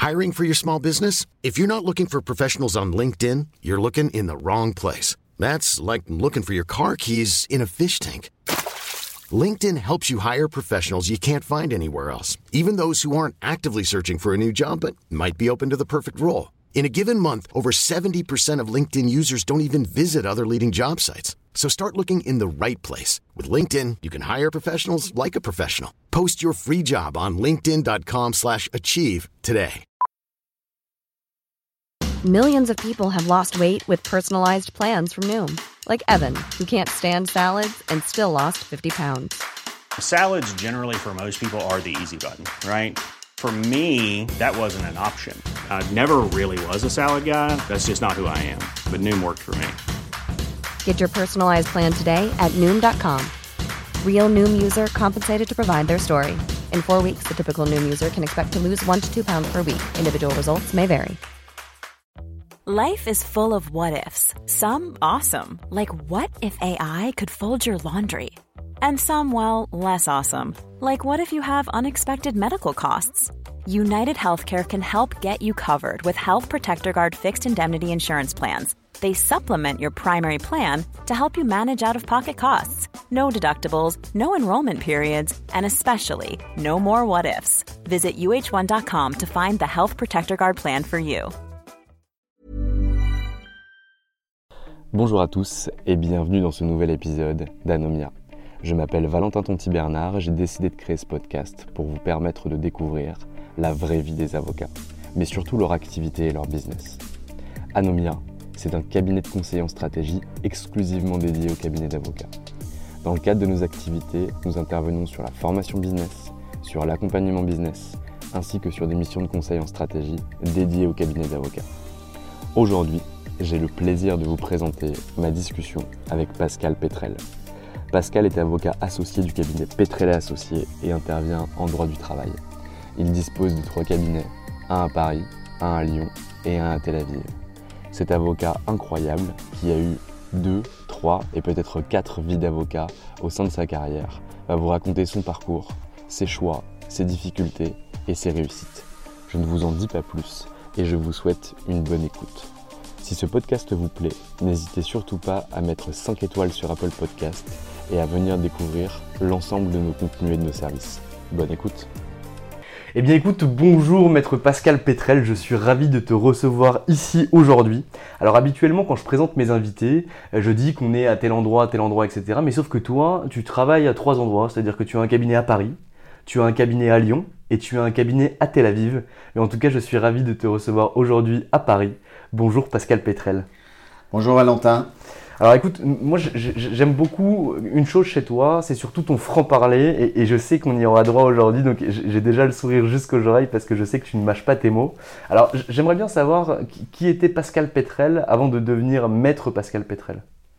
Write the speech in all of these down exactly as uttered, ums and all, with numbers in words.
Hiring for your small business? If you're not looking for professionals on LinkedIn, you're looking in the wrong place. That's like looking for your car keys in a fish tank. LinkedIn helps you hire professionals you can't find anywhere else, even those who aren't actively searching for a new job but might be open to the perfect role. In a given month, over seventy percent of LinkedIn users don't even visit other leading job sites. So start looking in the right place. With LinkedIn, you can hire professionals like a professional. Post your free job on linkedin.com slash achieve today. Millions of people have lost weight with personalized plans from Noom. Like Evan, who can't stand salads and still lost fifty pounds. Salads generally for most people are the easy button, right? For me, that wasn't an option. I never really was a salad guy. That's just not who I am. But Noom worked for me. Get your personalized plan today at Noom dot com. Real Noom user compensated to provide their story. In four weeks, the typical Noom user can expect to lose one to two pounds per week. Individual results may vary. Life is full of what-ifs. Some awesome, like what if A I could fold your laundry? And some, well, less awesome, like what if you have unexpected medical costs? United Healthcare can help get you covered with Health Protector Guard fixed indemnity insurance plans. They supplement your primary plan to help you manage out-of-pocket costs. No deductibles, no enrollment periods, and especially no more what-ifs. Visit U H one dot com to find the Health Protector Guard plan for you. Bonjour à tous et bienvenue dans ce nouvel épisode d'Anomia. Je m'appelle Valentin Tonti-Bernard, j'ai décidé de créer ce podcast pour vous permettre de découvrir la vraie vie des avocats, mais surtout leur activité et leur business. Anomia, c'est un cabinet de conseil en stratégie exclusivement dédié au cabinet d'avocats. Dans le cadre de nos activités, nous intervenons sur la formation business, sur l'accompagnement business, ainsi que sur des missions de conseil en stratégie dédiées au cabinet d'avocats. Aujourd'hui, j'ai le plaisir de vous présenter ma discussion avec Pascal Petrel. Pascal est avocat associé du cabinet Petrel et Associés et intervient en droit du travail. Il dispose de trois cabinets, un à Paris, un à Lyon et un à Tel Aviv. Cet avocat incroyable qui a eu deux, trois et peut-être quatre vies d'avocat au sein de sa carrière va vous raconter son parcours, ses choix, ses difficultés et ses réussites. Je ne vous en dis pas plus et je vous souhaite une bonne écoute. Si ce podcast vous plaît, n'hésitez surtout pas à mettre cinq étoiles sur Apple Podcast et à venir découvrir l'ensemble de nos contenus et de nos services. Bonne écoute. Eh bien écoute, bonjour maître Pascal Petrel, je suis ravi de te recevoir ici aujourd'hui. Alors habituellement quand je présente mes invités, je dis qu'on est à tel endroit, tel endroit, et cetera. Mais sauf que toi, tu travailles à trois endroits, c'est-à-dire que tu as un cabinet à Paris, tu as un cabinet à Lyon et tu as un cabinet à Tel Aviv. Mais en tout cas, je suis ravi de te recevoir aujourd'hui à Paris. Bonjour Pascal Petrel. Bonjour Valentin. Alors écoute, moi j'aime beaucoup une chose chez toi, c'est surtout ton franc-parler et, et je sais qu'on y aura droit aujourd'hui, donc j'ai déjà le sourire jusqu'aux oreilles parce que je sais que tu ne mâches pas tes mots. Alors j'aimerais bien savoir qui était Pascal Petrel avant de devenir maître Pascal Petrel.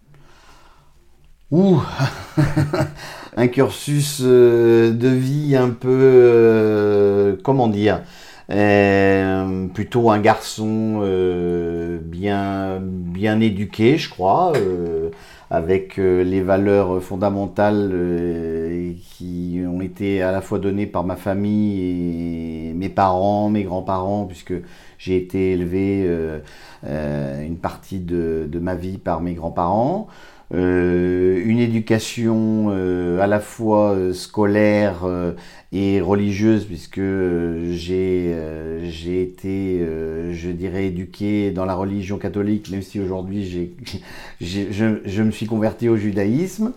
Ouh, un cursus de vie un peu, euh, comment dire, Euh, plutôt un garçon euh, bien, bien éduqué, je crois, euh, avec euh, les valeurs fondamentales euh, qui ont été à la fois données par ma famille et mes parents, mes grands-parents, puisque j'ai été élevé euh, euh, une partie de, de ma vie par mes grands-parents. Euh, une éducation euh, à la fois euh, scolaire euh, et religieuse, puisque euh, j'ai euh, j'ai été, euh, je dirais, éduqué dans la religion catholique, même si aujourd'hui j'ai, j'ai, je, je me suis converti au judaïsme.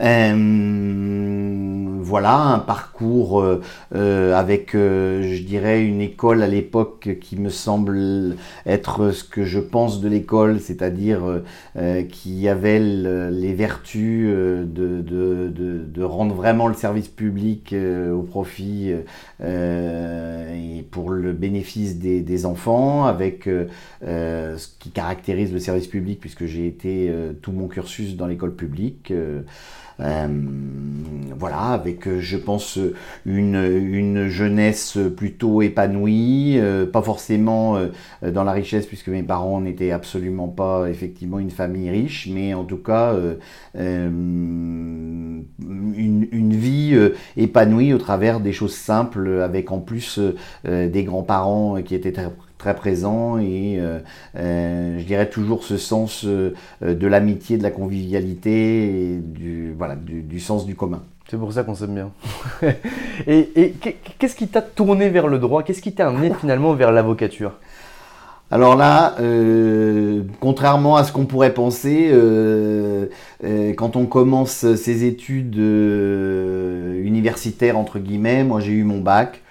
Euh, voilà, un parcours euh, euh, avec, euh, je dirais, une école à l'époque qui me semble être ce que je pense de l'école, c'est-à-dire euh, qui avait le, les vertus euh, de, de, de, de rendre vraiment le service public euh, au profit euh, et pour le bénéfice des, des enfants, avec euh, euh, ce qui caractérise le service public, puisque j'ai été euh, tout mon cursus dans l'école publique. Euh, Euh, voilà, avec, je pense, une, une jeunesse plutôt épanouie, euh, pas forcément euh, dans la richesse, puisque mes parents n'étaient absolument pas effectivement une famille riche, mais en tout cas euh, euh, une, une vie euh, épanouie au travers des choses simples, avec en plus euh, des grands-parents qui étaient très, très présents et euh, euh, je dirais toujours ce sens euh, de l'amitié, de la convivialité et du, voilà, du, du sens du commun. C'est pour ça qu'on s'aime bien. et, et qu'est-ce qui t'a tourné vers le droit? Qu'est-ce qui t'a amené finalement vers l'avocature? Alors là, euh, contrairement à ce qu'on pourrait penser, euh, euh, quand on commence ses études euh, universitaires, entre guillemets, moi j'ai eu mon bac.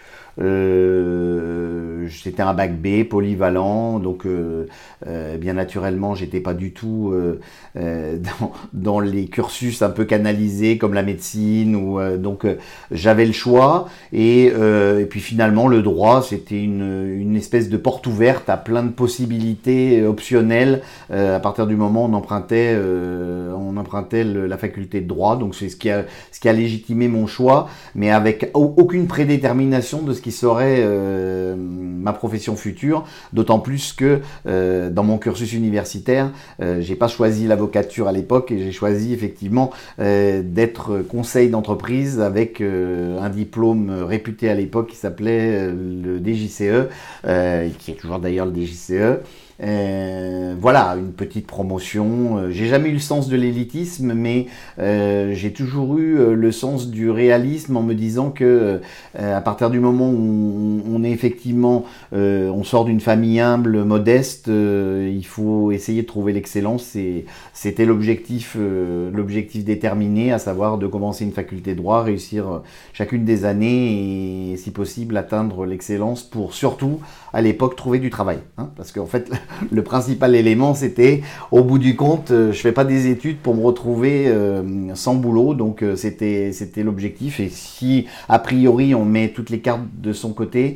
Euh, c'était un bac B, polyvalent, donc euh, euh, bien naturellement j'étais pas du tout euh, euh, dans, dans les cursus un peu canalisés comme la médecine, ou euh, donc euh, j'avais le choix et, euh, et puis finalement le droit c'était une, une espèce de porte ouverte à plein de possibilités optionnelles euh, à partir du moment où on empruntait, euh, on empruntait le, la faculté de droit, donc c'est ce qui a, ce qui a légitimé mon choix, mais avec aucune prédétermination de ce qui serait euh, ma profession future, d'autant plus que euh, dans mon cursus universitaire, euh, j'ai pas choisi l'avocature à l'époque et j'ai choisi effectivement euh, d'être conseil d'entreprise avec euh, un diplôme réputé à l'époque qui s'appelait euh, le D J C E, euh, qui est toujours d'ailleurs le D J C E. Euh, voilà, une petite promotion. J'ai jamais eu le sens de l'élitisme, mais euh, j'ai toujours eu euh, le sens du réalisme en me disant que euh, à partir du moment où on, on est effectivement, euh, on sort d'une famille humble, modeste, euh, il faut essayer de trouver l'excellence. Et c'était l'objectif, euh, l'objectif déterminé, à savoir de commencer une faculté de droit, réussir chacune des années et, si possible, atteindre l'excellence pour surtout, à l'époque, trouver du travail. Hein, parce qu'en fait, le principal élément, c'était, au bout du compte, euh, je fais pas des études pour me retrouver euh, sans boulot, donc euh, c'était c'était l'objectif. Et si, a priori, on met toutes les cartes de son côté,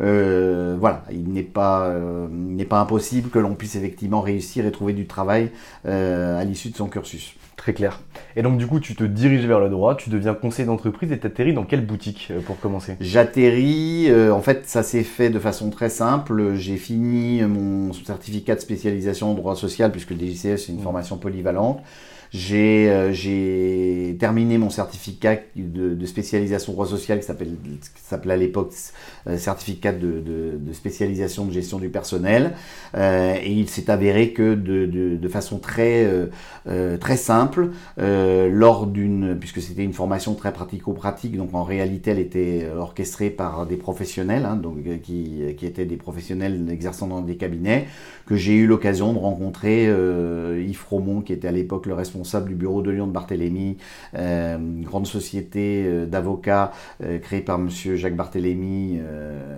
euh, voilà, il n'est pas, euh, il n'est pas impossible que l'on puisse effectivement réussir et trouver du travail euh, à l'issue de son cursus. Très clair. Et donc du coup, tu te diriges vers le droit, tu deviens conseiller d'entreprise et tu atterris dans quelle boutique euh, pour commencer? J'atterris, euh, en fait ça s'est fait de façon très simple. J'ai fini mon certificat de spécialisation en droit social, puisque le D J C E c'est une mmh. formation polyvalente. J'ai, euh, j'ai terminé mon certificat de, de spécialisation droit social qui s'appelle, qui s'appelait à l'époque euh, certificat de, de, de spécialisation de gestion du personnel. Euh, et il s'est avéré que de, de, de façon très, euh, euh, très simple, euh, lors d'une, puisque c'était une formation très pratico-pratique, donc en réalité elle était orchestrée par des professionnels, hein, donc, qui, qui étaient des professionnels exerçant dans des cabinets, que j'ai eu l'occasion de rencontrer euh, Yves Fromont, qui était à l'époque le responsable du bureau de Lyon de Barthélemy, euh, une grande société euh, d'avocats euh, créée par monsieur Jacques Barthélemy, euh,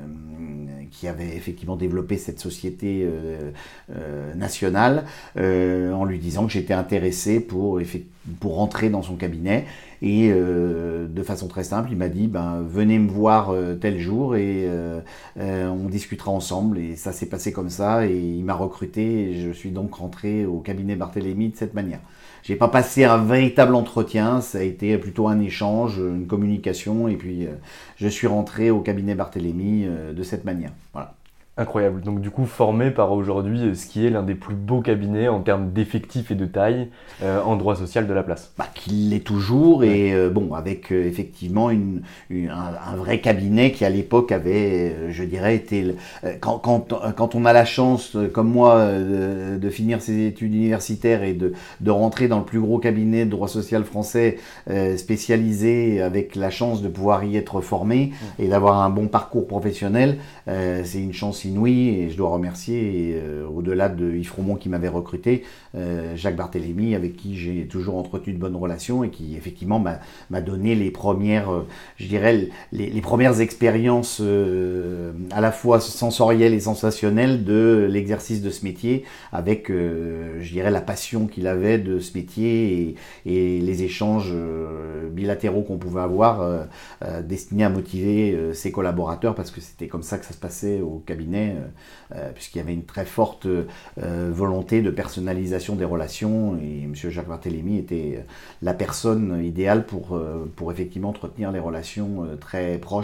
qui avait effectivement développé cette société euh, euh, nationale, euh, en lui disant que j'étais intéressé pour, pour rentrer dans son cabinet. Et euh, de façon très simple, il m'a dit ben, « Venez me voir euh, tel jour et euh, euh, on discutera ensemble ». Et ça s'est passé comme ça et il m'a recruté et je suis donc rentré au cabinet Barthélemy de cette manière. J'ai pas passé un véritable entretien, ça a été plutôt un échange, une communication, et puis euh, je suis rentré au cabinet Barthélemy euh, de cette manière. Voilà. Incroyable. Donc du coup, formé par aujourd'hui ce qui est l'un des plus beaux cabinets en termes d'effectifs et de taille euh, en droit social de la place. Bah, qu'il l'est toujours, et euh, bon, avec euh, effectivement une, une, un, un vrai cabinet qui à l'époque avait, euh, je dirais, été... Euh, quand, quand, quand on a la chance, euh, comme moi, euh, de, de finir ses études universitaires et de, de rentrer dans le plus gros cabinet de droit social français euh, spécialisé, avec la chance de pouvoir y être formé mmh. et d'avoir un bon parcours professionnel, euh, c'est une chance inouïe, et je dois remercier, euh, au-delà de Yves Fromont qui m'avait recruté, euh, Jacques Barthélemy, avec qui j'ai toujours entretenu de bonnes relations et qui effectivement m'a, m'a donné les premières, euh, je dirais, les, les premières expériences euh, à la fois sensorielles et sensationnelles de l'exercice de ce métier, avec, euh, je dirais, la passion qu'il avait de ce métier et, et les échanges euh, bilatéraux qu'on pouvait avoir euh, euh, destinés à motiver euh, ses collaborateurs, parce que c'était comme ça que ça se passait au cabinet. Euh, puisqu'il y avait une très forte euh, volonté de personnalisation des relations, et M. Jacques Barthélemy était la personne idéale pour, euh, pour effectivement entretenir les relations euh, très proches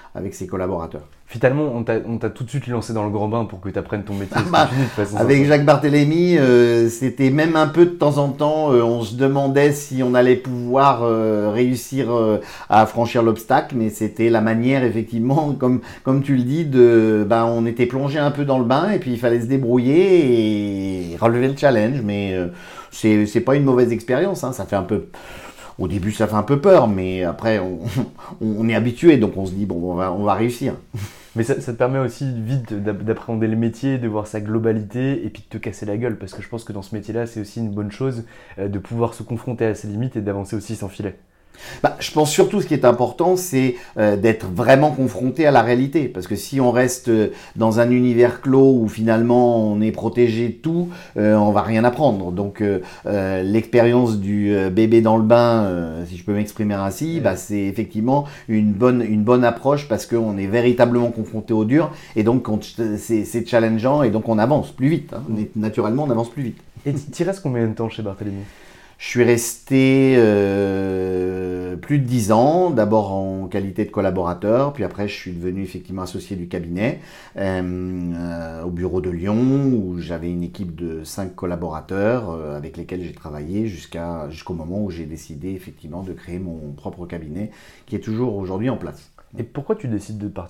avec ses collaborateurs. Finalement, on t'a, on t'a tout de suite lancé dans le grand bain pour que tu apprennes ton métier. Bah, fini, de façon avec sympa. Jacques Barthélemy, euh, c'était même un peu de temps en temps, euh, on se demandait si on allait pouvoir euh, réussir euh, à franchir l'obstacle, mais c'était la manière, effectivement, comme, comme tu le dis, de, bah, on était plongé un peu dans le bain et puis il fallait se débrouiller et relever le challenge, mais euh, c'est, c'est pas une mauvaise expérience, hein, ça fait un peu... Au début, ça fait un peu peur, mais après, on, on est habitué, donc on se dit, bon, on va, on va réussir. Mais ça, ça te permet aussi vite d'appréhender le métier, de voir sa globalité et puis de te casser la gueule. Parce que je pense que dans ce métier-là, c'est aussi une bonne chose euh, de pouvoir se confronter à ses limites et d'avancer aussi sans filet. Bah, je pense surtout ce qui est important, c'est euh, d'être vraiment confronté à la réalité. Parce que si on reste dans un univers clos où finalement on est protégé de tout, euh, on va rien apprendre. Donc euh, euh, l'expérience du euh, bébé dans le bain, euh, si je peux m'exprimer ainsi, ouais. bah, c'est effectivement une bonne, une bonne approche parce qu'on est véritablement confronté au dur. Et donc on, c'est, c'est challengeant et donc on avance plus vite. Hein. Naturellement, on avance plus vite. Et tu restes combien de temps chez Barthélemy ? Je suis resté euh, plus de dix ans, d'abord en qualité de collaborateur, puis après je suis devenu effectivement associé du cabinet euh, euh, au bureau de Lyon où j'avais une équipe de cinq collaborateurs euh, avec lesquels j'ai travaillé jusqu'à, jusqu'au moment où j'ai décidé effectivement de créer mon propre cabinet qui est toujours aujourd'hui en place. Et pourquoi tu décides de partir ?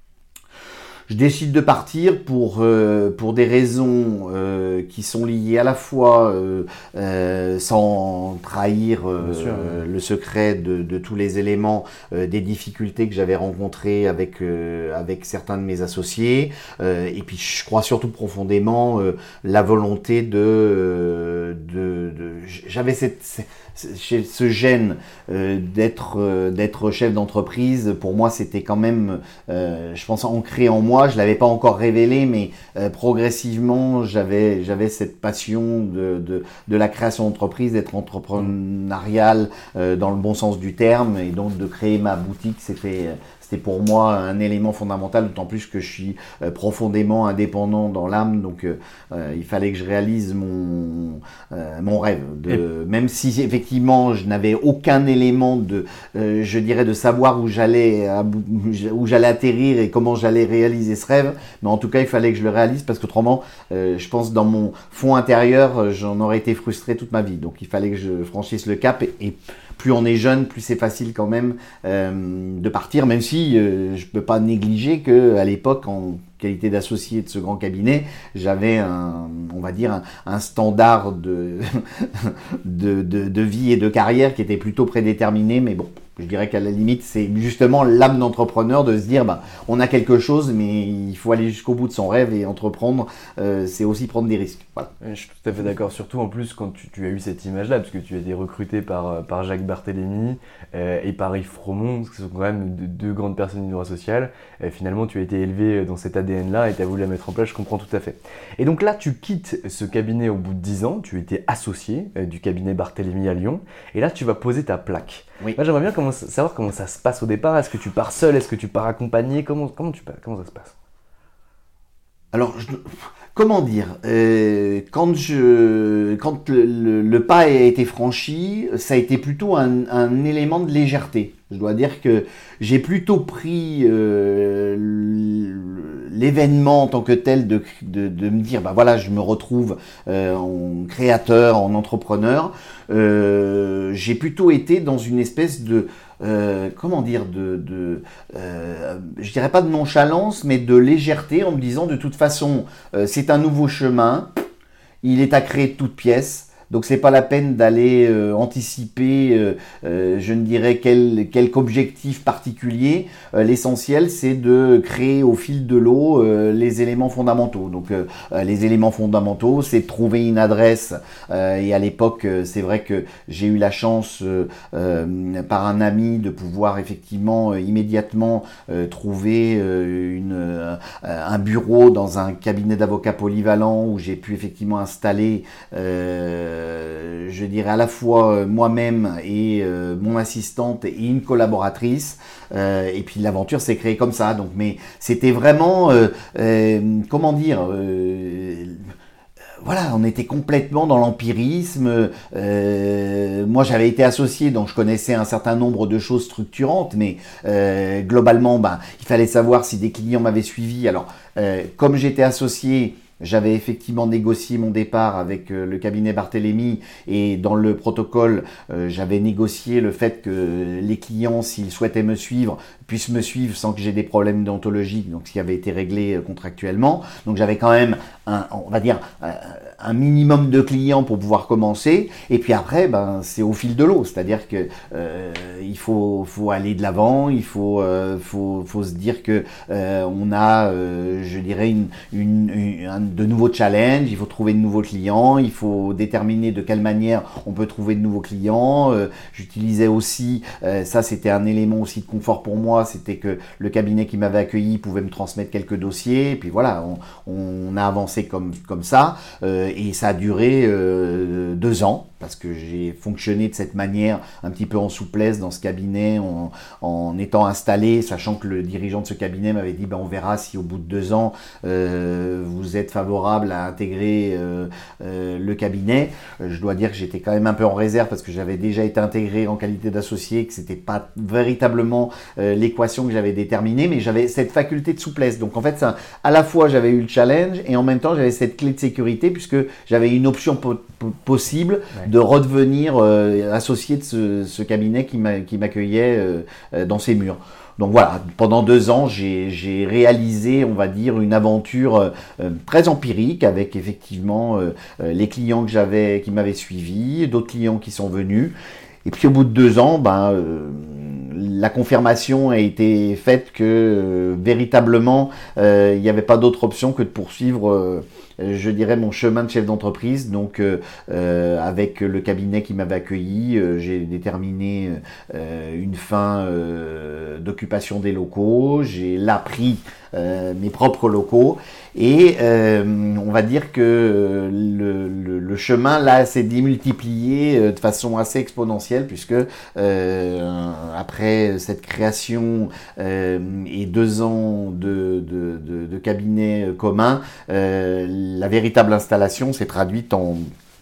Je décide de partir pour, euh, pour des raisons euh, qui sont liées à la fois, euh, euh, sans trahir euh, sûr, ouais. le secret de, de tous les éléments, euh, des difficultés que j'avais rencontrées avec, euh, avec certains de mes associés. Euh, et puis je crois surtout profondément euh, la volonté de... Euh, de, de j'avais cette... cette ce gène euh, d'être euh, d'être chef d'entreprise, pour moi c'était quand même, euh, je pense, ancré en moi. Je l'avais pas encore révélé, mais euh, progressivement j'avais j'avais cette passion de de, de la création d'entreprise, d'être entrepreneurial euh, dans le bon sens du terme, et donc de créer ma boutique, c'était C'était pour moi un élément fondamental, d'autant plus que je suis euh, profondément indépendant dans l'âme, donc euh, euh, il fallait que je réalise mon, euh, mon rêve. De, Et... Même si effectivement je n'avais aucun élément de, euh, je dirais, de savoir où j'allais, où j'allais atterrir et comment j'allais réaliser ce rêve, mais en tout cas il fallait que je le réalise parce qu'autrement, euh, je pense dans mon fond intérieur, j'en aurais été frustré toute ma vie. Donc il fallait que je franchisse le cap et, et plus on est jeune, plus c'est facile quand même euh, de partir, même si euh, je ne peux pas négliger qu'à l'époque, en qualité d'associé de ce grand cabinet, j'avais un, on va dire, un, un standard de, de, de, de vie et de carrière qui était plutôt prédéterminé, mais bon, je dirais qu'à la limite, c'est justement l'âme d'entrepreneur de se dire, bah, on a quelque chose, mais il faut aller jusqu'au bout de son rêve et entreprendre, euh, c'est aussi prendre des risques. Voilà. Je suis tout à fait d'accord, surtout en plus quand tu, tu as eu cette image-là, parce que tu as été recruté par, par Jacques Barthélemy euh, et par Yves Fromont, qui sont quand même deux, deux grandes personnes du droit social. Et finalement, tu as été élevé dans cet A D N-là et tu as voulu la mettre en place, je comprends tout à fait. Et donc là, tu quittes ce cabinet au bout de dix ans, tu étais associé euh, du cabinet Barthélemy à Lyon, et là, tu vas poser ta plaque. Oui. Moi, j'aimerais bien comment, savoir comment ça se passe au départ. Est-ce que tu pars seul ? Est-ce que tu pars accompagné ? Comment, comment, tu, comment ça se passe ? Alors, je, comment dire euh, Quand, je, quand le, le, le pas a été franchi, ça a été plutôt un, un élément de légèreté. Je dois dire que j'ai plutôt pris euh, l'événement en tant que tel de, de, de me dire, bah voilà, je me retrouve euh, en créateur, en entrepreneur. Euh, j'ai plutôt été dans une espèce de, euh, comment dire, de, de euh, je dirais pas de nonchalance, mais de légèreté, en me disant de toute façon, euh, c'est un nouveau chemin, il est à créer de toutes pièces. Donc c'est pas la peine d'aller euh, anticiper, euh, euh, je ne dirais quel, quelque objectif particulier. Euh, l'essentiel c'est de créer au fil de l'eau euh, les éléments fondamentaux. Donc euh, les éléments fondamentaux, c'est de trouver une adresse. Euh, et à l'époque, c'est vrai que j'ai eu la chance euh, euh, par un ami de pouvoir effectivement euh, immédiatement euh, trouver euh, une, euh, un bureau dans un cabinet d'avocats polyvalent où j'ai pu effectivement installer euh, Euh, je dirais à la fois moi-même et euh, mon assistante et une collaboratrice, euh, et puis l'aventure s'est créée comme ça. Donc, mais c'était vraiment, euh, euh, comment dire, euh, voilà, on était complètement dans l'empirisme. Euh, moi, j'avais été associé, donc je connaissais un certain nombre de choses structurantes, mais euh, globalement, ben, il fallait savoir si des clients m'avaient suivi. Alors, euh, comme j'étais associé, j'avais effectivement négocié mon départ avec euh, le cabinet Barthélemy et dans le protocole, euh, j'avais négocié le fait que les clients, s'ils souhaitaient me suivre, puissent me suivre sans que j'ai des problèmes déontologiques, donc ce qui avait été réglé euh, contractuellement. Donc j'avais quand même, un, on va dire, un, un minimum de clients pour pouvoir commencer. Et puis après, ben, c'est au fil de l'eau, c'est-à-dire que euh, il faut, faut aller de l'avant, il faut, euh, faut, faut se dire que euh, on a, euh, je dirais, une, une, une, un de nouveaux challenges, il faut trouver de nouveaux clients, il faut déterminer de quelle manière on peut trouver de nouveaux clients. Euh, j'utilisais aussi, euh, ça c'était un élément aussi de confort pour moi, c'était que le cabinet qui m'avait accueilli pouvait me transmettre quelques dossiers, et puis voilà, on, on a avancé comme, comme ça, euh, et ça a duré euh, deux ans, parce que j'ai fonctionné de cette manière, un petit peu en souplesse dans ce cabinet, en, en étant installé, sachant que le dirigeant de ce cabinet m'avait dit, ben, on verra si au bout de deux ans, euh, vous êtes favorable à intégrer euh, euh, le cabinet. Je dois dire que j'étais quand même un peu en réserve parce que j'avais déjà été intégré en qualité d'associé, que c'était pas véritablement euh, l'équation que j'avais déterminée, mais j'avais cette faculté de souplesse. Donc en fait, ça, à la fois j'avais eu le challenge et en même temps j'avais cette clé de sécurité puisque j'avais une option po- po- possible ouais. de redevenir euh, associé de ce, ce cabinet qui, m'a, qui m'accueillait euh, dans ses murs. Donc voilà, pendant deux ans, j'ai, j'ai réalisé, on va dire, une aventure euh, très empirique avec effectivement euh, les clients que j'avais, qui m'avaient suivi, d'autres clients qui sont venus. Et puis au bout de deux ans, ben, euh, la confirmation a été faite que euh, véritablement, euh, il n'y avait pas d'autre option que de poursuivre, euh, je dirais, mon chemin de chef d'entreprise. Donc euh, euh, avec le cabinet qui m'avait accueilli, euh, j'ai déterminé euh, une fin euh, d'occupation des locaux, j'ai là pris euh, mes propres locaux et euh, on va dire que le, le, le chemin là s'est démultiplié de façon assez exponentielle puisque euh, après cette création euh, et deux ans de, de, de, de cabinet commun, euh, la véritable installation s'est traduite en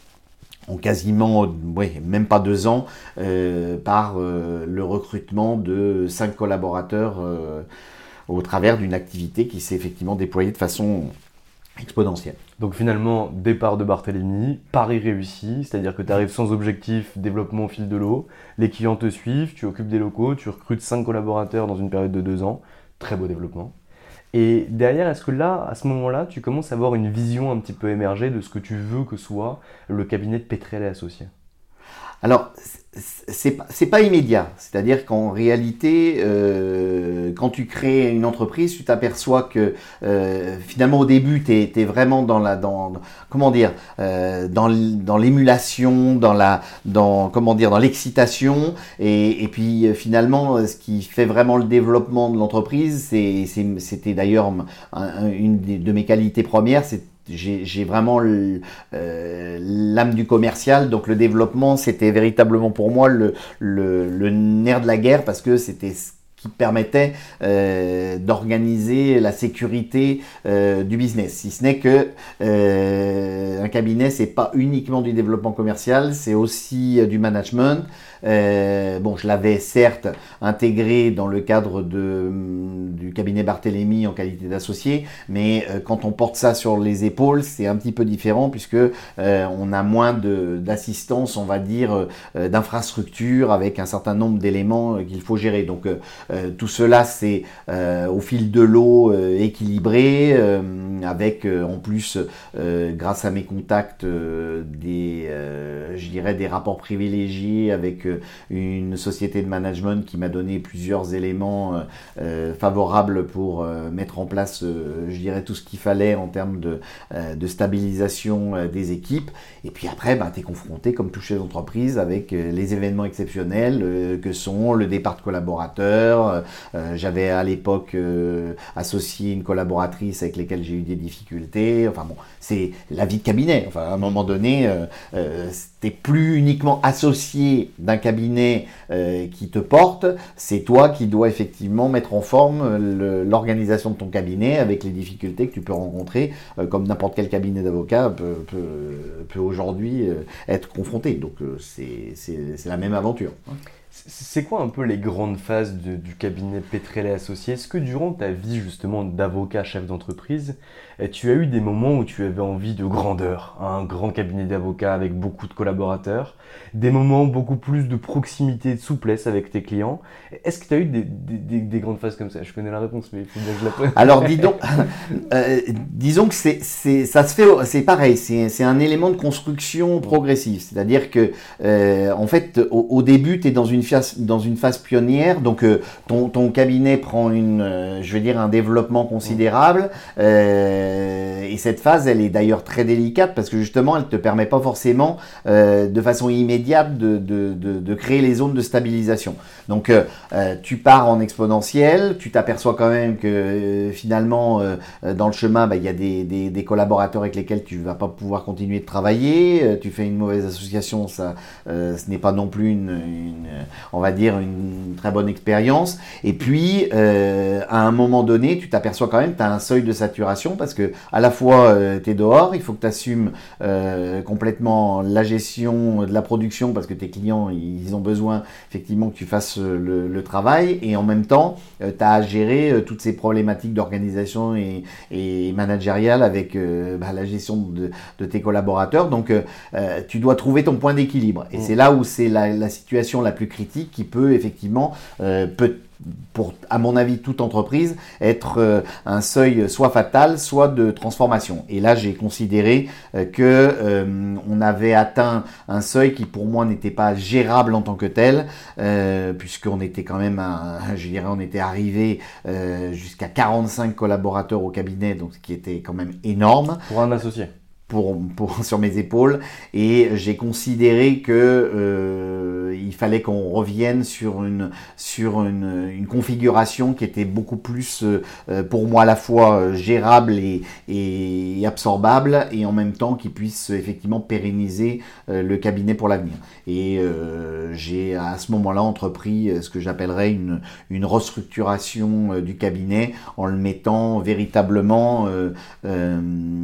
en quasiment, ouais, même pas deux ans, euh, par euh, le recrutement de cinq collaborateurs euh, au travers d'une activité qui s'est effectivement déployée de façon exponentielle. Donc finalement, départ de Barthélemy, pari réussi, c'est-à-dire que tu arrives sans objectif, développement au fil de l'eau, les clients te suivent, tu occupes des locaux, tu recrutes cinq collaborateurs dans une période de deux ans, très beau développement. Et derrière, est-ce que là, à ce moment-là, tu commences à avoir une vision un petit peu émergée de ce que tu veux que soit le cabinet de Petrel et Associés ? Alors, c'est pas, c'est pas immédiat. C'est-à-dire qu'en réalité, euh, quand tu crées une entreprise, tu t'aperçois que euh, finalement au début, t'es, t'es vraiment dans la, dans, comment dire, euh, dans, dans l'émulation, dans la, dans, comment dire, dans l'excitation. Et, et puis finalement, ce qui fait vraiment le développement de l'entreprise, c'est, c'est, c'était d'ailleurs un, un, une de mes qualités premières, c'est J'ai, j'ai vraiment le, euh, l'âme du commercial, donc le développement, c'était véritablement pour moi le, le, le nerf de la guerre parce que c'était ce qui permettait euh, d'organiser la sécurité euh, du business. Si ce n'est que euh, un cabinet, c'est pas uniquement du développement commercial, c'est aussi euh, du management. Euh, bon, je l'avais certes intégré dans le cadre de, du cabinet Barthélemy en qualité d'associé, mais euh, quand on porte ça sur les épaules, c'est un petit peu différent puisque euh, on a moins de, d'assistance, on va dire, euh, d'infrastructure avec un certain nombre d'éléments euh, qu'il faut gérer. Donc euh, euh, tout cela, c'est euh, au fil de l'eau euh, équilibré, euh, avec euh, en plus, euh, grâce à mes contacts, euh, des, euh, je dirais, des rapports privilégiés avec euh, une société de management qui m'a donné plusieurs éléments euh, favorables pour euh, mettre en place, euh, je dirais, tout ce qu'il fallait en termes de, euh, de stabilisation euh, des équipes. Et puis après, bah, tu es confronté, comme tout chef d'entreprise, avec euh, les événements exceptionnels euh, que sont le départ de collaborateurs. Euh, j'avais à l'époque euh, associé une collaboratrice avec laquelle j'ai eu des difficultés. Enfin bon, c'est la vie de cabinet. Enfin, à un moment donné, euh, euh, t'es plus uniquement associé d'un cabinet euh, qui te porte, c'est toi qui dois effectivement mettre en forme le, l'organisation de ton cabinet avec les difficultés que tu peux rencontrer, euh, comme n'importe quel cabinet d'avocat peut, peut, peut aujourd'hui euh, être confronté. Donc euh, c'est, c'est, c'est la même aventure. Hein. C'est quoi un peu les grandes phases de, du cabinet Petrel et Associés? Est-ce que durant ta vie justement d'avocat chef d'entreprise, tu as eu des moments où tu avais envie de grandeur, un grand cabinet d'avocats avec beaucoup de collaborateurs, des moments beaucoup plus de proximité, de souplesse avec tes clients? Est-ce que tu as eu des, des, des, des grandes phases comme ça? Je connais la réponse, mais il faut bien que je la prenne. Alors dis donc, euh, disons que c'est, c'est, ça se fait, c'est pareil, c'est, c'est un élément de construction progressive. C'est-à-dire que, euh, en fait, au, au début, tu es dans une phase, dans une phase pionnière, donc euh, ton, ton cabinet prend une, euh, je veux dire, un développement considérable. Euh, et cette phase, elle est d'ailleurs très délicate parce que justement, elle te permet pas forcément, euh, de façon immédiate, de, de, de, de créer les zones de stabilisation. Donc, euh, euh, tu pars en exponentiel, tu t'aperçois quand même que euh, finalement, euh, dans le chemin, bah, il y a des, des, des collaborateurs avec lesquels tu vas pas pouvoir continuer de travailler. Euh, tu fais une mauvaise association, ça, euh, ce n'est pas non plus une, une, on va dire, une très bonne expérience. Et puis, euh, à un moment donné, tu t'aperçois quand même que tu as un seuil de saturation parce que à la fois, euh, tu es dehors, il faut que tu assumes euh, complètement la gestion de la production parce que tes clients, ils ont besoin effectivement que tu fasses le, le travail et en même temps, euh, tu as à gérer euh, toutes ces problématiques d'organisation et, et managériale avec euh, bah, la gestion de, de tes collaborateurs. Donc, euh, euh, tu dois trouver ton point d'équilibre. Et mmh. c'est là où c'est la, la situation la plus critique qui peut effectivement, euh, peut pour, à mon avis, toute entreprise, être euh, un seuil soit fatal, soit de transformation. Et là, j'ai considéré euh, que euh, on avait atteint un seuil qui, pour moi, n'était pas gérable en tant que tel, euh, puisqu'on était quand même, un, je dirais, on était arrivé euh, jusqu'à quarante-cinq collaborateurs au cabinet, donc ce qui était quand même énorme. Pour un associé. Pour, pour, sur mes épaules, et j'ai considéré que euh, il fallait qu'on revienne sur une sur une, une configuration qui était beaucoup plus euh, pour moi à la fois gérable et, et absorbable et en même temps qui puisse effectivement pérenniser euh, le cabinet pour l'avenir. Et euh, j'ai à ce moment-là entrepris ce que j'appellerais une, une restructuration euh, du cabinet en le mettant véritablement euh, euh,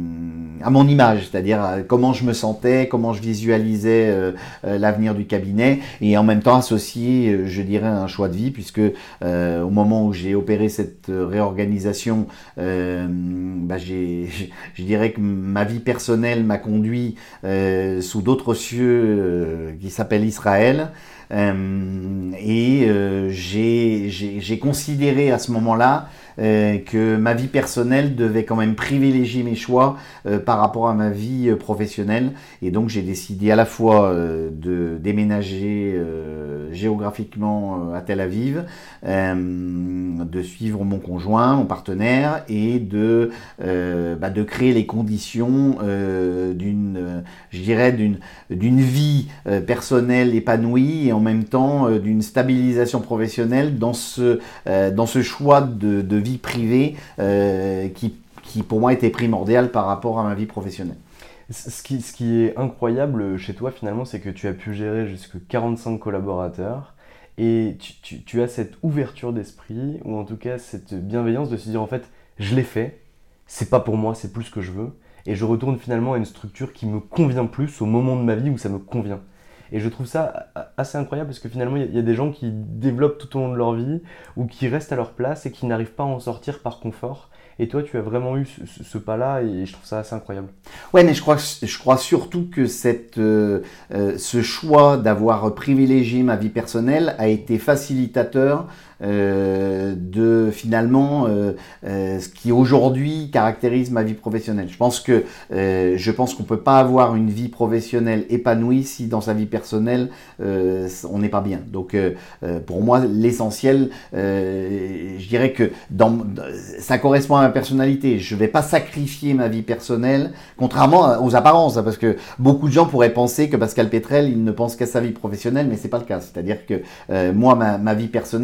à mon image. C'est-à-dire euh, comment je me sentais, comment je visualisais euh, euh, l'avenir du cabinet et en même temps associé, euh, je dirais, un choix de vie puisque euh, au moment où j'ai opéré cette réorganisation, euh, bah, j'ai, je dirais que ma vie personnelle m'a conduit euh, sous d'autres cieux euh, qui s'appellent Israël. Euh, et euh, j'ai, j'ai, j'ai considéré à ce moment-là euh, que ma vie personnelle devait quand même privilégier mes choix euh, par rapport à ma vie euh, professionnelle. Et donc j'ai décidé à la fois euh, de déménager euh, géographiquement euh, à Tel Aviv, euh, de suivre mon conjoint, mon partenaire, et de, euh, bah, de créer les conditions euh, d'une, euh, je dirais, d'une, d'une vie euh, personnelle épanouie et en même temps euh, d'une stabilisation professionnelle dans ce, euh, dans ce choix de, de vie privée euh, qui, qui pour moi était primordial par rapport à ma vie professionnelle. Ce qui, ce qui est incroyable chez toi finalement, c'est que tu as pu gérer jusqu'à quarante-cinq collaborateurs et tu, tu, tu as cette ouverture d'esprit ou en tout cas cette bienveillance de se dire en fait je l'ai fait, c'est pas pour moi, c'est plus ce que je veux et je retourne finalement à une structure qui me convient plus au moment de ma vie où ça me convient. Et je trouve ça assez incroyable parce que finalement, il y, y a des gens qui développent tout au long de leur vie ou qui restent à leur place et qui n'arrivent pas à en sortir par confort. Et toi, tu as vraiment eu ce, ce, ce pas-là et je trouve ça assez incroyable. Ouais, mais je crois, je crois surtout que cette, euh, euh, ce choix d'avoir privilégié ma vie personnelle a été facilitateur euh, de finalement euh, euh, ce qui aujourd'hui caractérise ma vie professionnelle. Je pense que euh, je pense qu'on peut pas avoir une vie professionnelle épanouie si dans sa vie personnelle euh, on n'est pas bien. Donc euh, pour moi l'essentiel, euh, je dirais que dans, ça correspond à ma personnalité. Je vais pas sacrifier ma vie personnelle, contrairement aux apparences, parce que beaucoup de gens pourraient penser que Pascal Petrel il ne pense qu'à sa vie professionnelle, mais c'est pas le cas. C'est-à-dire que euh, moi ma, ma vie personnelle est sacrée.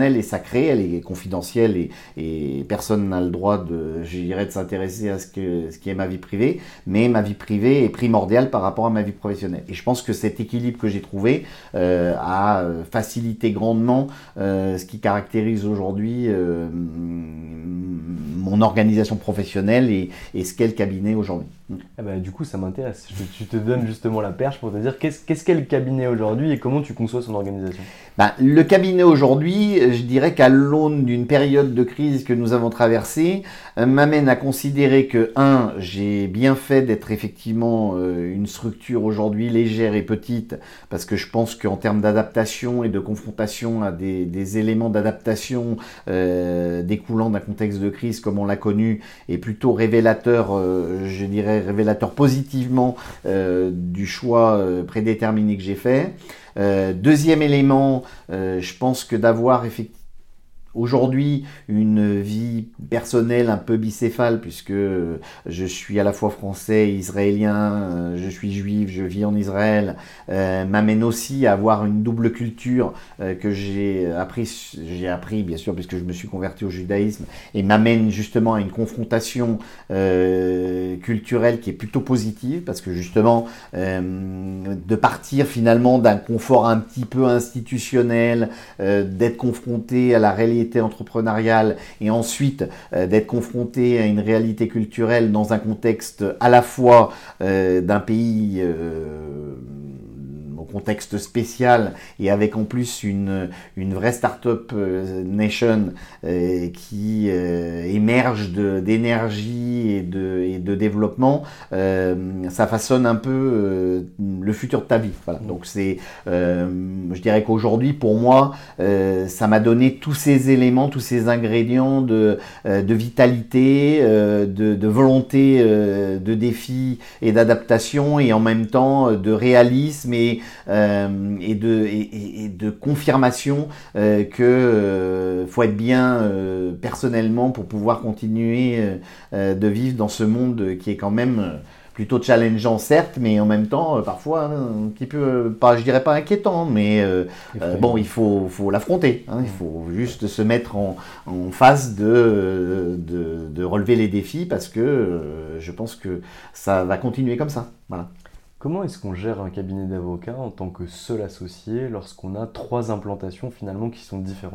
sacrée, elle est confidentielle et, et personne n'a le droit de, je dirais, de s'intéresser à ce, que, ce qui est ma vie privée, mais ma vie privée est primordiale par rapport à ma vie professionnelle. Et je pense que cet équilibre que j'ai trouvé euh, a facilité grandement euh, ce qui caractérise aujourd'hui euh, mon organisation professionnelle et, et ce qu'est le cabinet aujourd'hui. Ah bah, du coup, ça m'intéresse. Je, tu te donnes justement la perche pour te dire qu'est-ce, qu'est-ce qu'est le cabinet aujourd'hui et comment tu conçois son organisation. Ben, le cabinet aujourd'hui, je dirais qu'à l'aune d'une période de crise que nous avons traversée, euh, m'amène à considérer que, un, j'ai bien fait d'être effectivement euh, une structure aujourd'hui légère et petite, parce que je pense qu'en termes d'adaptation et de confrontation à des, des éléments d'adaptation euh, découlant d'un contexte de crise comme on l'a connu, est plutôt révélateur, euh, je dirais révélateur positivement euh, du choix euh, prédéterminé que j'ai fait. Euh, deuxième élément, euh, je pense que d'avoir effectivement aujourd'hui une vie personnelle un peu bicéphale, puisque je suis à la fois français et israélien, je suis juif, je vis en Israël, euh, m'amène aussi à avoir une double culture euh, que j'ai appris, j'ai appris bien sûr puisque je me suis converti au judaïsme, et m'amène justement à une confrontation euh, culturelle qui est plutôt positive, parce que justement euh, de partir finalement d'un confort un petit peu institutionnel, euh, d'être confronté à la réalité entrepreneuriale et ensuite euh, d'être confronté à une réalité culturelle dans un contexte à la fois euh, d'un pays euh, au contexte spécial et avec en plus une, une vraie start-up euh, nation euh, qui euh, émerge de, d'énergie et de, et de développement, euh, ça façonne un peu euh, le futur de ta vie. Voilà. Donc c'est, euh, je dirais qu'aujourd'hui pour moi, euh, ça m'a donné tous ces éléments, tous ces ingrédients de, euh, de vitalité, euh, de, de volonté, euh, de défi et d'adaptation, et en même temps de réalisme et Euh, et, de, et, et de confirmation euh, que euh, faut être bien euh, personnellement pour pouvoir continuer euh, de vivre dans ce monde qui est quand même plutôt challengeant certes, mais en même temps euh, parfois un petit peu, pas, je dirais pas inquiétant, mais euh, euh, bon, il faut, faut l'affronter, hein, il faut juste se mettre en, en face de, de, de relever les défis, parce que euh, je pense que ça va continuer comme ça. Voilà. Comment est-ce qu'on gère un cabinet d'avocats en tant que seul associé lorsqu'on a trois implantations finalement qui sont différentes ?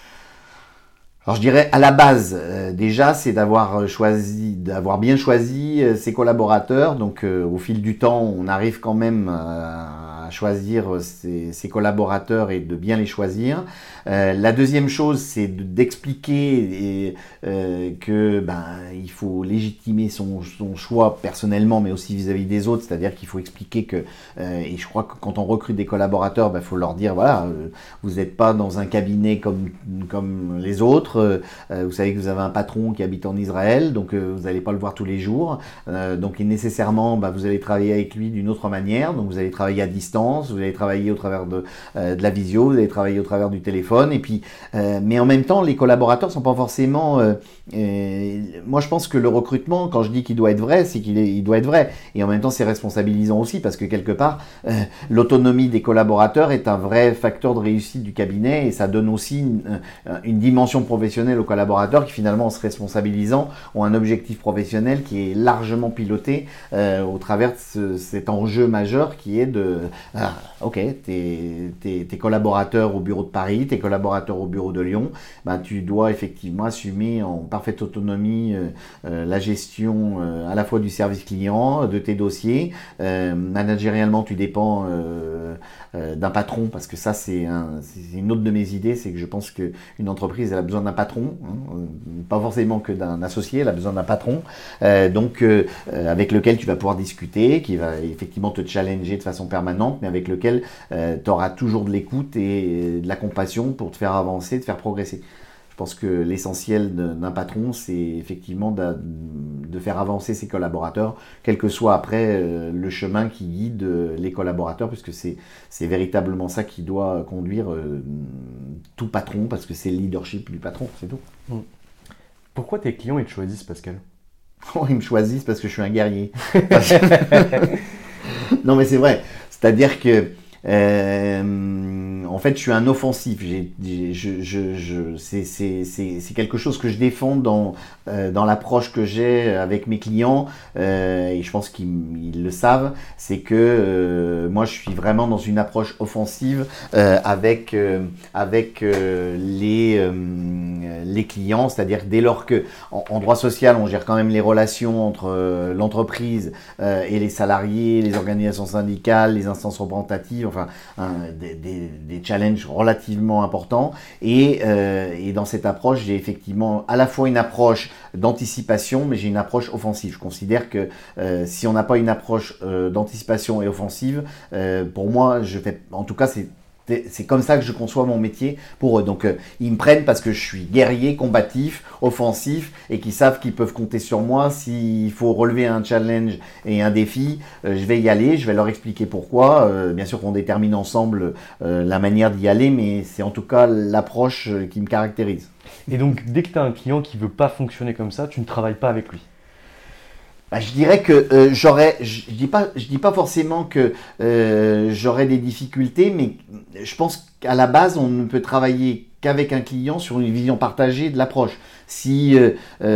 Alors je dirais à la base, euh, déjà, c'est d'avoir choisi, d'avoir bien choisi euh, ses collaborateurs. Donc euh, au fil du temps, on arrive quand même euh, à choisir ses, ses collaborateurs et de bien les choisir. Euh, la deuxième chose, c'est de, d'expliquer et, euh, que ben il faut légitimer son, son choix personnellement, mais aussi vis-à-vis des autres. C'est-à-dire qu'il faut expliquer que, euh, et je crois que quand on recrute des collaborateurs, ben faut leur dire voilà, euh, vous n'êtes pas dans un cabinet comme comme les autres. Euh, vous savez que vous avez un patron qui habite en Israël, donc euh, vous n'allez pas le voir tous les jours. Euh, donc et nécessairement, bah, vous allez travailler avec lui d'une autre manière. Donc vous allez travailler à distance, vous allez travailler au travers de, euh, de la visio, vous allez travailler au travers du téléphone. Et puis, euh, mais en même temps, les collaborateurs sont pas forcément. Euh, euh, moi, je pense que le recrutement, quand je dis qu'il doit être vrai, c'est qu'il est, il doit être vrai. Et en même temps, c'est responsabilisant aussi, parce que quelque part, euh, l'autonomie des collaborateurs est un vrai facteur de réussite du cabinet, et ça donne aussi une, une dimension professionnelle aux collaborateurs qui finalement, en se responsabilisant, ont un objectif professionnel qui est largement piloté euh, au travers de ce, cet enjeu majeur qui est de ah, ok, tes, tes, tes collaborateurs au bureau de Paris, tes collaborateurs au bureau de Lyon, ben, tu dois effectivement assumer en parfaite autonomie euh, euh, la gestion euh, à la fois du service client, de tes dossiers. Euh, managérialement, tu dépends euh, euh, d'un patron, parce que ça c'est, un, c'est une autre de mes idées, c'est que je pense qu'une entreprise elle a besoin d'un patron, hein, pas forcément que d'un associé, elle a besoin d'un patron, euh, donc euh, avec lequel tu vas pouvoir discuter, qui va effectivement te challenger de façon permanente, mais avec lequel euh, tu auras toujours de l'écoute et de la compassion pour te faire avancer, te faire progresser. Je pense que l'essentiel d'un patron, c'est effectivement de, de faire avancer ses collaborateurs, quel que soit après euh, le chemin qui guide euh, les collaborateurs, puisque c'est, c'est véritablement ça qui doit conduire euh, tout patron, parce que c'est le leadership du patron, c'est tout. Pourquoi tes clients ils te choisissent, Pascal ? Oh, ils me choisissent parce que je suis un guerrier. Non mais c'est vrai, c'est-à-dire que Euh, en fait, je suis un offensif. J'ai, j'ai, je, je, je, c'est, c'est, c'est, c'est quelque chose que je défends dans, euh, dans l'approche que j'ai avec mes clients, euh, et je pense qu'ils ils le savent. C'est que euh, moi, je suis vraiment dans une approche offensive euh, avec, euh, avec euh, les, euh, les clients. C'est-à-dire dès lors que, en, en droit social, on gère quand même les relations entre euh, l'entreprise euh, et les salariés, les organisations syndicales, les instances représentatives, enfin, un, des, des, des challenges relativement importants. Et, euh, et dans cette approche, j'ai effectivement à la fois une approche d'anticipation, mais j'ai une approche offensive. Je considère que euh, si on n'a pas une approche euh, d'anticipation et offensive, euh, pour moi, je fais, en tout cas, c'est C'est comme ça que je conçois mon métier pour eux. Donc, euh, ils me prennent parce que je suis guerrier, combatif, offensif et qu'ils savent qu'ils peuvent compter sur moi. S'il faut relever un challenge et un défi, euh, je vais y aller, je vais leur expliquer pourquoi. Euh, bien sûr qu'on détermine ensemble euh, la manière d'y aller, mais c'est en tout cas l'approche euh, qui me caractérise. Et donc, dès que tu as un client qui ne veut pas fonctionner comme ça, tu ne travailles pas avec lui? Bah, je dirais que euh, j'aurais, je, je dis pas, je dis pas forcément que euh, j'aurais des difficultés, mais je pense qu'à la base, on ne peut travailler qu'avec un client sur une vision partagée de l'approche. Si euh,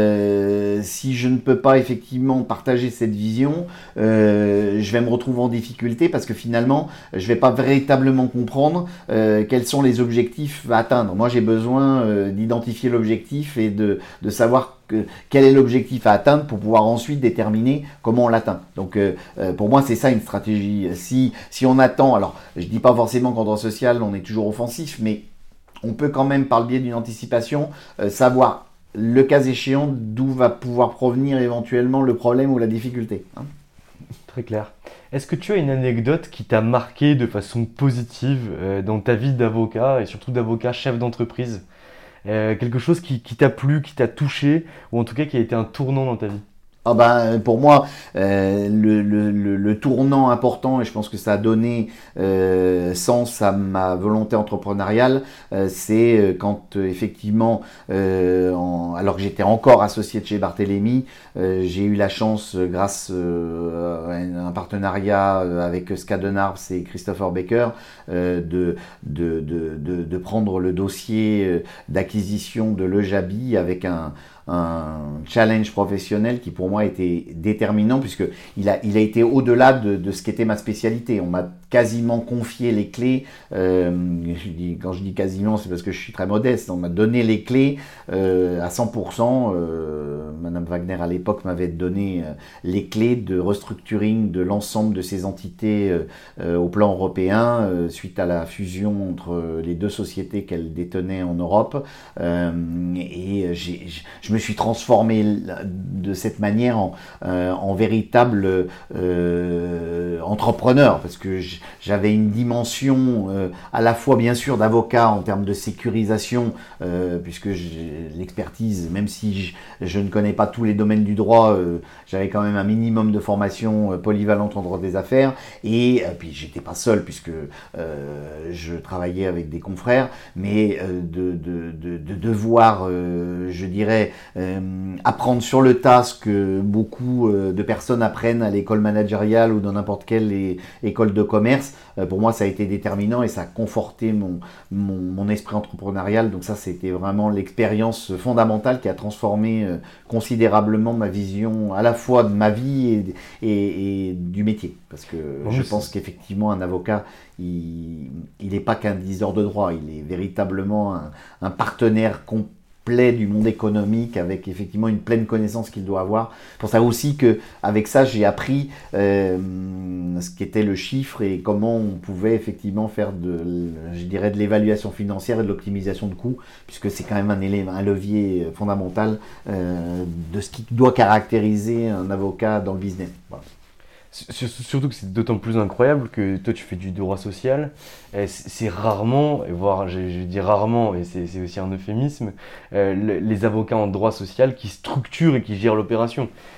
euh, si je ne peux pas effectivement partager cette vision, euh, je vais me retrouver en difficulté parce que finalement, je vais pas véritablement comprendre euh, quels sont les objectifs à atteindre. Moi, j'ai besoin euh, d'identifier l'objectif et de de savoir que, quel est l'objectif à atteindre pour pouvoir ensuite déterminer comment on l'atteint. Donc, euh, euh, pour moi, c'est ça une stratégie. Si si on attend, alors je dis pas forcément qu'en droit social, on est toujours offensif, mais on peut quand même, par le biais d'une anticipation, euh, savoir, le cas échéant, d'où va pouvoir provenir éventuellement le problème ou la difficulté. Hein. Très clair. Est-ce que tu as une anecdote qui t'a marqué de façon positive euh, dans ta vie d'avocat et surtout d'avocat chef d'entreprise, euh, quelque chose qui, qui t'a plu, qui t'a touché, ou en tout cas qui a été un tournant dans ta vie? Ah ben, pour moi, euh, le, le, le, le tournant important, et je pense que ça a donné euh, sens à ma volonté entrepreneuriale, euh, c'est euh, quand euh, effectivement, euh, en, alors que j'étais encore associé de chez Barthélémy, euh, j'ai eu la chance, euh, grâce euh, à un partenariat euh, avec Scadenarps et Christopher Baker, euh, de, de, de, de, de prendre le dossier euh, d'acquisition de Le Jabi avec un un challenge professionnel qui pour moi était déterminant puisque il a, il a été au-delà de, de ce qu'était ma spécialité. On m'a quasiment confié les clés, euh, je dis, quand je dis quasiment c'est parce que je suis très modeste, on m'a donné les clés euh, à cent pour cent, euh, Madame Wagner à l'époque m'avait donné euh, les clés de restructuring de l'ensemble de ces entités euh, euh, au plan européen euh, suite à la fusion entre les deux sociétés qu'elle détenait en Europe, euh, et j'ai, je me suis transformé de cette manière en, euh, en véritable euh, entrepreneur parce que j'avais une dimension euh, à la fois bien sûr d'avocat en termes de sécurisation euh, puisque j'ai l'expertise, même si je, je ne connais pas tous les domaines du droit, euh, j'avais quand même un minimum de formation euh, polyvalente en droit des affaires et euh, puis j'étais pas seul puisque euh, je travaillais avec des confrères, mais euh, de, de, de, de devoir, euh, je dirais, Euh, apprendre sur le tas ce que beaucoup euh, de personnes apprennent à l'école managériale ou dans n'importe quelle é- école de commerce. Euh, pour moi, ça a été déterminant et ça a conforté mon, mon, mon esprit entrepreneurial. Donc ça, c'était vraiment l'expérience fondamentale qui a transformé euh, considérablement ma vision à la fois de ma vie et, et, et du métier. Parce que bon, je pense qu'effectivement, un avocat, il n'est pas qu'un diseur de droit, il est véritablement un, un partenaire complet du monde économique avec effectivement une pleine connaissance qu'il doit avoir. C'est pour ça aussi que avec ça j'ai appris euh, ce qu'était le chiffre et comment on pouvait effectivement faire de, je dirais, de l'évaluation financière et de l'optimisation de coûts, puisque c'est quand même un élément, un levier fondamental euh, de ce qui doit caractériser un avocat dans le business. Voilà. Surtout que c'est d'autant plus incroyable que toi tu fais du droit social, c'est rarement, voire je, je dis rarement, et c'est aussi un euphémisme, euh, les avocats en droit social qui structurent et qui gèrent l'opération.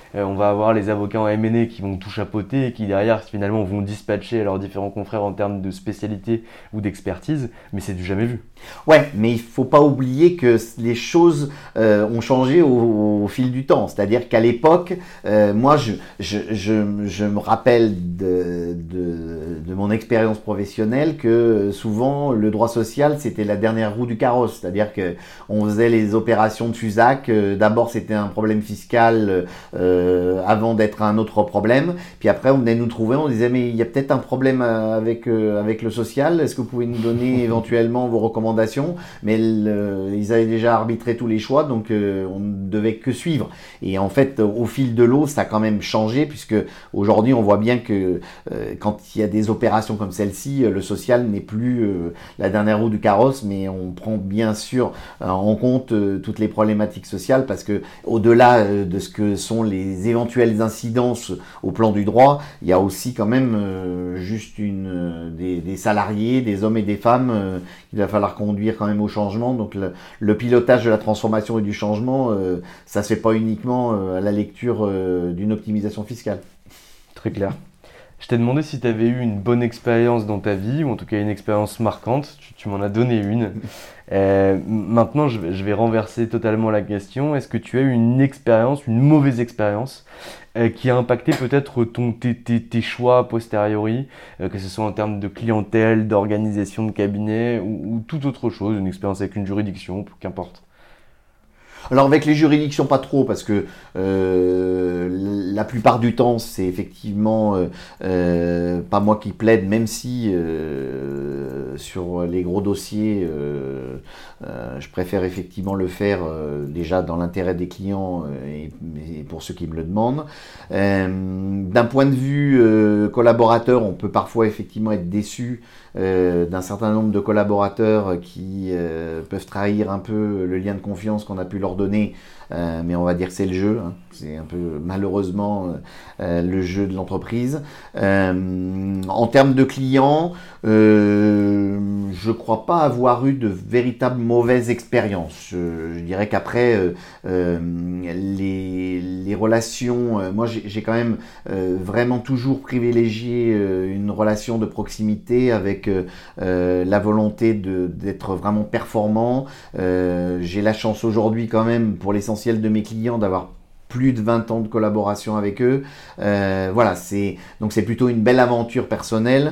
Euh, on va avoir les avocats en M and A qui vont tout chapeauter et qui derrière finalement vont dispatcher à leurs différents confrères en termes de spécialité ou d'expertise, mais c'est du jamais vu. Ouais, mais il ne faut pas oublier que les choses euh, ont changé au, au fil du temps. C'est-à-dire qu'à l'époque, euh, moi je, je, je, je me rappelle de, de, de mon expérience professionnelle que souvent le droit social c'était la dernière roue du carrosse. C'est-à-dire qu'on faisait les opérations de FUSAC, euh, d'abord c'était un problème fiscal euh, avant d'être un autre problème, puis après on venait nous trouver, on disait mais il y a peut-être un problème avec, euh, avec le social, est-ce que vous pouvez nous donner éventuellement vos recommandations? Mais le, ils avaient déjà arbitré tous les choix, donc euh, on ne devait que suivre. Et en fait, au fil de l'eau, ça a quand même changé, puisque aujourd'hui, on voit bien que euh, quand il y a des opérations comme celle-ci, le social n'est plus euh, la dernière roue du carrosse, mais on prend bien sûr euh, en compte euh, toutes les problématiques sociales, parce que au-delà euh, de ce que sont les éventuelles incidences au plan du droit, il y a aussi quand même euh, juste une, euh, des, des salariés, des hommes et des femmes euh, qu'il va falloir conduire quand même au changement. Donc le, le pilotage de la transformation et du changement, euh, ça se fait pas uniquement euh, à la lecture euh, d'une optimisation fiscale. Très clair. Je t'ai demandé si tu avais eu une bonne expérience dans ta vie, ou en tout cas une expérience marquante. Tu, tu m'en as donné une. Euh, maintenant, je vais, je vais renverser totalement la question. Est-ce que tu as eu une expérience, une mauvaise expérience, euh, qui a impacté peut-être ton, tes, tes, tes choix a posteriori, euh, que ce soit en termes de clientèle, d'organisation de cabinet, ou, ou toute autre chose, une expérience avec une juridiction, qu'importe? Alors avec les juridictions pas trop, parce que euh, la plupart du temps c'est effectivement euh, euh, pas moi qui plaide, même si euh, sur les gros dossiers euh, euh, je préfère effectivement le faire euh, déjà dans l'intérêt des clients et, et pour ceux qui me le demandent. Euh, d'un point de vue euh, collaborateur, on peut parfois effectivement être déçu euh, d'un certain nombre de collaborateurs qui euh, peuvent trahir un peu le lien de confiance qu'on a pu leur donner, euh, mais on va dire que c'est le jeu, hein. C'est un peu malheureusement euh, le jeu de l'entreprise. Euh, en termes de clients, euh, je crois pas avoir eu de véritable mauvaise expérience. Je, je dirais qu'après euh, euh, les, les relations, euh, moi j'ai, j'ai quand même euh, vraiment toujours privilégié euh, une relation de proximité avec euh, euh, la volonté de, d'être vraiment performant. Euh, j'ai la chance aujourd'hui quand même pour l'essentiel de mes clients d'avoir plus de vingt ans de collaboration avec eux. Euh, voilà, c'est donc c'est plutôt une belle aventure personnelle.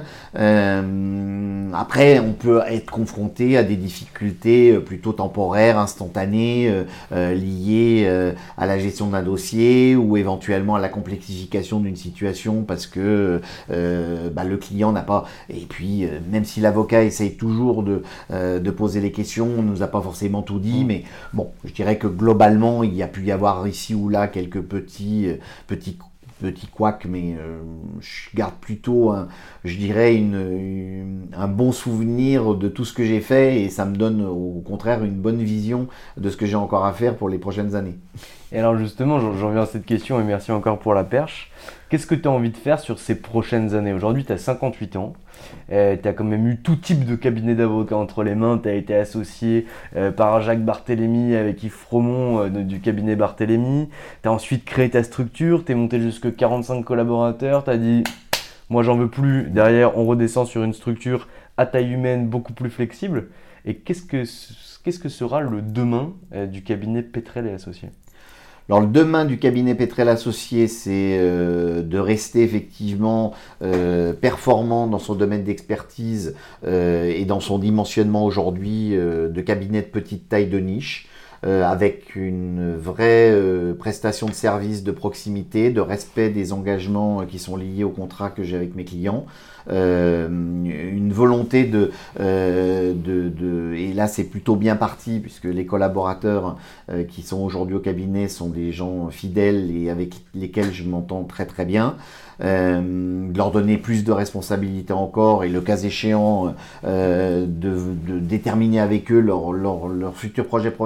Euh, après, on peut être confronté à des difficultés plutôt temporaires, instantanées, euh, euh, liées euh, à la gestion d'un dossier ou éventuellement à la complexification d'une situation parce que euh, bah, le client n'a pas... Et puis, euh, même si l'avocat essaye toujours de, euh, de poser les questions, on ne nous a pas forcément tout dit, mais bon, je dirais que globalement, il y a pu y avoir ici ou là quelques petits, euh, petits, petits couacs, mais euh, je garde plutôt, un, je dirais, une, une, un bon souvenir de tout ce que j'ai fait et ça me donne au contraire une bonne vision de ce que j'ai encore à faire pour les prochaines années. Et alors justement, j'en, j'en viens à cette question et merci encore pour la perche. Qu'est-ce que tu as envie de faire sur ces prochaines années? Aujourd'hui, tu as cinquante-huit ans, euh, tu as quand même eu tout type de cabinet d'avocats entre les mains, tu as été associé euh, par Jacques Barthélémy avec Yves Fromont euh, du cabinet Barthélémy, tu as ensuite créé ta structure, tu es monté jusqu'à quarante-cinq collaborateurs, tu as dit « moi j'en veux plus », derrière on redescend sur une structure à taille humaine beaucoup plus flexible. Et qu'est-ce que, qu'est-ce que sera le demain euh, du cabinet Petrel et Associés? Alors le demain du cabinet Petrel Associés, c'est euh, de rester effectivement euh, performant dans son domaine d'expertise euh, et dans son dimensionnement aujourd'hui euh, de cabinet de petite taille de niche, euh, avec une vraie euh, prestation de service de proximité, de respect des engagements qui sont liés au contrat que j'ai avec mes clients. Euh, une volonté de, euh, de, de et là c'est plutôt bien parti puisque les collaborateurs euh, qui sont aujourd'hui au cabinet sont des gens fidèles et avec lesquels je m'entends très très bien. Euh, de leur donner plus de responsabilités encore et le cas échéant euh, de, de déterminer avec eux leur, leur, leur futur projet professionnel.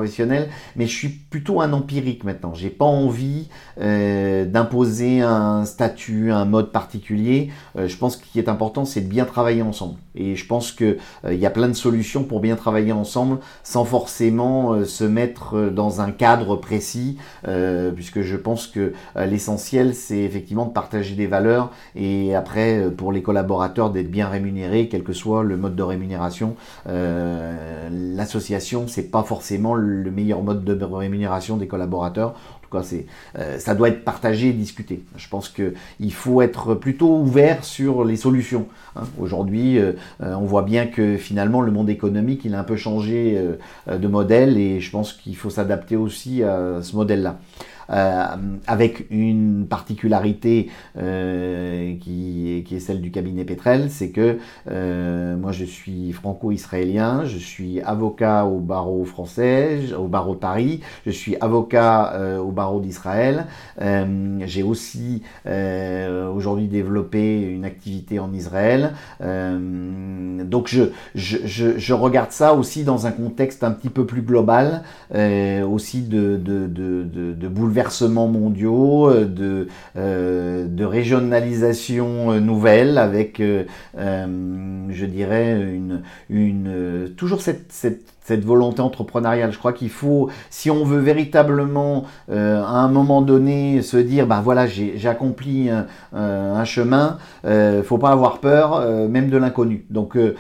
mais je suis plutôt un empirique maintenant. J'ai pas envie euh, d'imposer un statut, un mode particulier. Euh, je pense qu'il est important, c'est de bien travailler ensemble. Et je pense qu'il euh, y a plein de solutions pour bien travailler ensemble sans forcément euh, se mettre dans un cadre précis, euh, puisque je pense que euh, l'essentiel, c'est effectivement de partager des valeurs et après, euh, pour les collaborateurs, d'être bien rémunérés, quel que soit le mode de rémunération. Euh, l'association, c'est pas forcément le meilleur mode de rémunération des collaborateurs. Quoi, c'est, euh, ça doit être partagé et discuté. Je pense qu'il faut être plutôt ouvert sur les solutions. Hein. Aujourd'hui, euh, on voit bien que finalement le monde économique il a un peu changé euh, de modèle et je pense qu'il faut s'adapter aussi à ce modèle-là. Euh, avec une particularité euh, qui, qui est celle du cabinet Petrel, c'est que euh, moi je suis franco-israélien, je suis avocat au barreau français, au barreau de Paris, je suis avocat euh, au barreau d'Israël, euh, j'ai aussi euh, aujourd'hui développé une activité en Israël, euh, donc je, je, je, je regarde ça aussi dans un contexte un petit peu plus global, euh, aussi de, de, de, de, de bouleversement mondiaux, de, euh, de régionalisation nouvelle avec, euh, euh, je dirais, une, une, euh, toujours cette, cette, cette volonté entrepreneuriale. Je crois qu'il faut, si on veut véritablement euh, à un moment donné se dire, ben voilà, j'ai, j'ai accompli un, un chemin, euh, faut pas avoir peur, euh, même de l'inconnu. Donc, euh,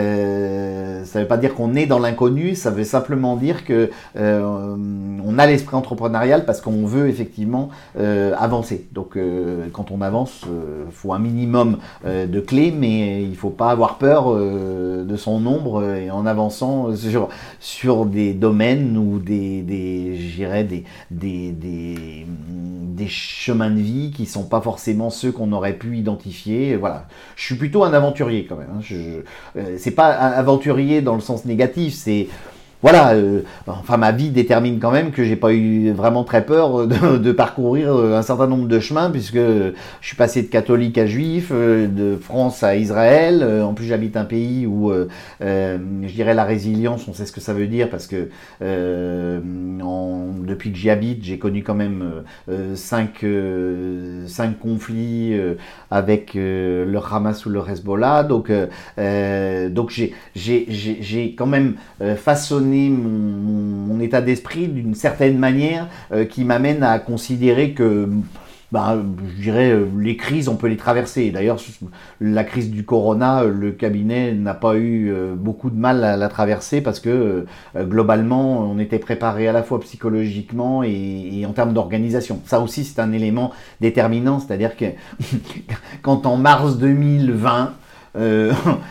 euh, ça veut pas dire qu'on est dans l'inconnu, ça veut simplement dire que euh, on a l'esprit entrepreneurial parce qu'on veut effectivement euh, avancer. Donc, euh, quand on avance, euh, faut un minimum euh, de clés, mais il faut pas avoir peur euh, de son ombre et en avançant sur sur des domaines ou des, des je dirais des, des, des, des chemins de vie qui sont pas forcément ceux qu'on aurait pu identifier. Voilà. Je suis plutôt un aventurier quand même. Hein. Je, je, euh, c'est pas un aventurier dans le sens négatif, c'est voilà, euh, enfin ma vie détermine quand même que j'ai pas eu vraiment très peur de, de parcourir un certain nombre de chemins puisque je suis passé de catholique à juif, de France à Israël. En plus j'habite un pays où euh, euh, je dirais la résilience, on sait ce que ça veut dire parce que euh, en, depuis que j'y habite, j'ai connu quand même euh, cinq, euh, cinq conflits euh, avec euh, le Hamas ou le Hezbollah. Donc, euh, donc j'ai, j'ai, j'ai, j'ai quand même euh, façonné Mon, mon, mon état d'esprit d'une certaine manière euh, qui m'amène à considérer que bah, je dirais les crises on peut les traverser. D'ailleurs la crise du corona, le cabinet n'a pas eu euh, beaucoup de mal à la traverser parce que euh, globalement on était préparé à la fois psychologiquement et, et en termes d'organisation. Ça aussi c'est un élément déterminant, c'est-à-dire que quand en mars deux mille vingt euh,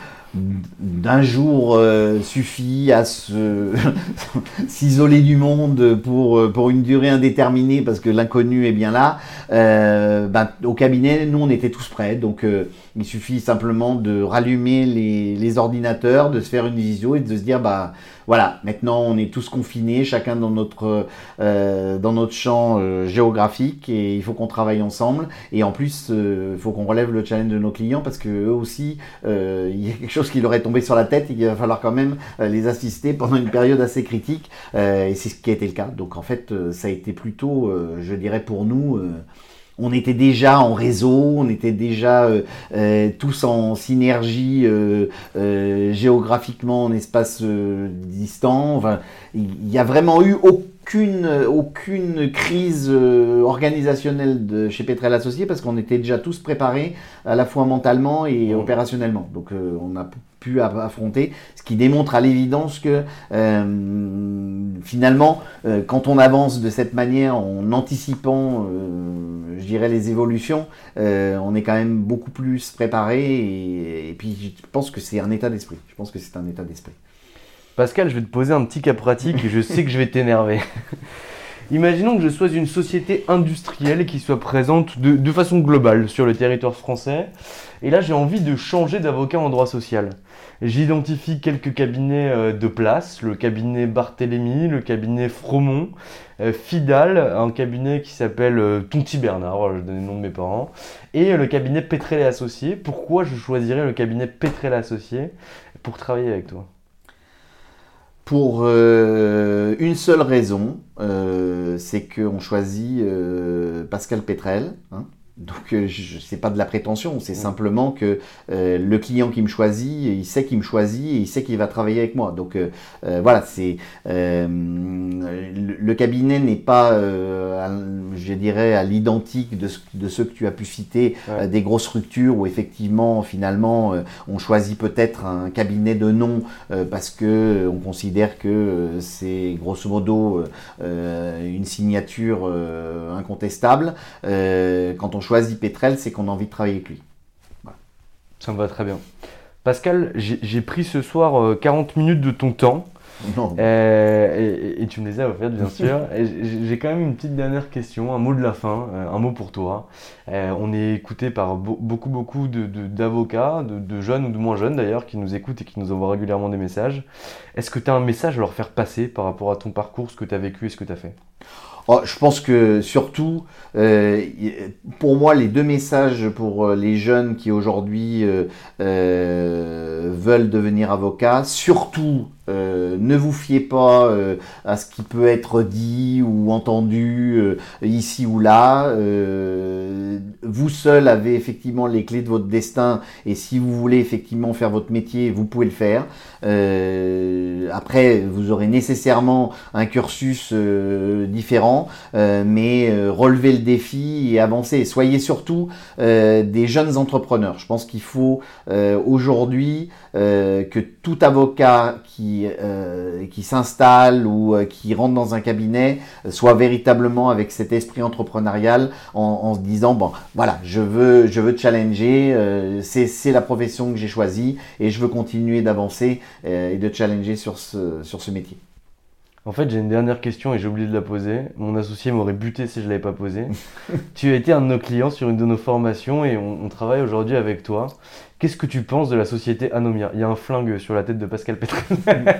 d'un jour euh, suffit à se s'isoler du monde pour, pour une durée indéterminée parce que l'inconnu est bien là, euh, ben, au cabinet, nous on était tous prêts, donc euh, il suffit simplement de rallumer les, les ordinateurs, de se faire une visio et de se dire bah voilà, maintenant on est tous confinés, chacun dans notre, euh, dans notre champ euh, géographique et il faut qu'on travaille ensemble et en plus il euh, faut qu'on relève le challenge de nos clients parce que eux aussi euh, il y a quelque chose qui leur est tombé sur la tête et qu'il va falloir quand même euh, les assister pendant une période assez critique euh, et c'est ce qui a été le cas. Donc en fait euh, ça a été plutôt, euh, je dirais pour nous, euh, on était déjà en réseau, on était déjà euh, euh, tous en synergie euh, euh, géographiquement en espace euh, distant. Enfin, il y a vraiment eu aucune, aucune crise euh, organisationnelle de chez Petrel Associés parce qu'on était déjà tous préparés à la fois mentalement et opérationnellement. Donc euh, on a pu affronter, ce qui démontre à l'évidence que euh, finalement, euh, quand on avance de cette manière, en anticipant, euh, je dirais, les évolutions, euh, on est quand même beaucoup plus préparé et, et puis je pense que c'est un état d'esprit. Je pense que c'est un état d'esprit. Pascal, je vais te poser un petit cas pratique et je sais que je vais t'énerver. Imaginons que je sois une société industrielle qui soit présente de, de façon globale sur le territoire français. Et là, j'ai envie de changer d'avocat en droit social. J'identifie quelques cabinets euh, de place, le cabinet Barthélemy, le cabinet Fromont, euh, Fidal, un cabinet qui s'appelle euh, Tonti Bernard, je donne le nom de mes parents, et euh, le cabinet Petrel et Associés. Pourquoi je choisirais le cabinet Petrel et Associés pour travailler avec toi ? Pour euh, une seule raison, euh, c'est qu'on choisit euh, Pascal Petrel. Hein. Donc, euh, je, c'est pas de la prétention, c'est simplement que euh, le client qui me choisit, il sait qu'il me choisit et il sait qu'il va travailler avec moi. Donc, euh, euh, voilà, c'est euh, le, le cabinet n'est pas, euh, à, je dirais, à l'identique de, de ceux que tu as pu citer, ouais. euh, des grosses structures où effectivement, finalement, euh, on choisit peut-être un cabinet de nom euh, parce que euh, on considère que euh, c'est grosso modo euh, une signature euh, incontestable. Euh, quand on choisit Petrel, c'est qu'on a envie de travailler avec lui. Voilà. Ça me va très bien. Pascal, j'ai, j'ai pris ce soir euh, quarante minutes de ton temps. Non. Euh, et, et tu me les as offertes, bien sûr. Et j'ai, j'ai quand même une petite dernière question, un mot de la fin, euh, un mot pour toi. Euh, on est écouté par bo- beaucoup, beaucoup de, de, d'avocats, de, de jeunes ou de moins jeunes d'ailleurs, qui nous écoutent et qui nous envoient régulièrement des messages. Est-ce que tu as un message à leur faire passer par rapport à ton parcours, ce que tu as vécu et ce que tu as fait ? Oh, je pense que surtout, euh, pour moi, les deux messages pour les jeunes qui aujourd'hui euh, euh, veulent devenir avocats, surtout, euh, ne vous fiez pas euh, à ce qui peut être dit ou entendu euh, ici ou là. Euh, vous seul avez effectivement les clés de votre destin et si vous voulez effectivement faire votre métier, vous pouvez le faire. Euh, après, vous aurez nécessairement un cursus euh, différent, euh, mais euh, relevez le défi et avancez. Soyez surtout euh, des jeunes entrepreneurs. Je pense qu'il faut euh, aujourd'hui euh, que tout avocat qui, euh, qui s'installe ou euh, qui rentre dans un cabinet soit véritablement avec cet esprit entrepreneurial en, en se disant bon, voilà, je veux, je veux challenger, euh, c'est, c'est la profession que j'ai choisie et je veux continuer d'avancer et de challenger sur ce, sur ce métier. En fait, j'ai une dernière question et j'ai oublié de la poser. Mon associé m'aurait buté si je ne l'avais pas posée. Tu as été un de nos clients sur une de nos formations et on, on travaille aujourd'hui avec toi. Qu'est-ce que tu penses de la société Anomia ? Il y a un flingue sur la tête de Pascal Petrel.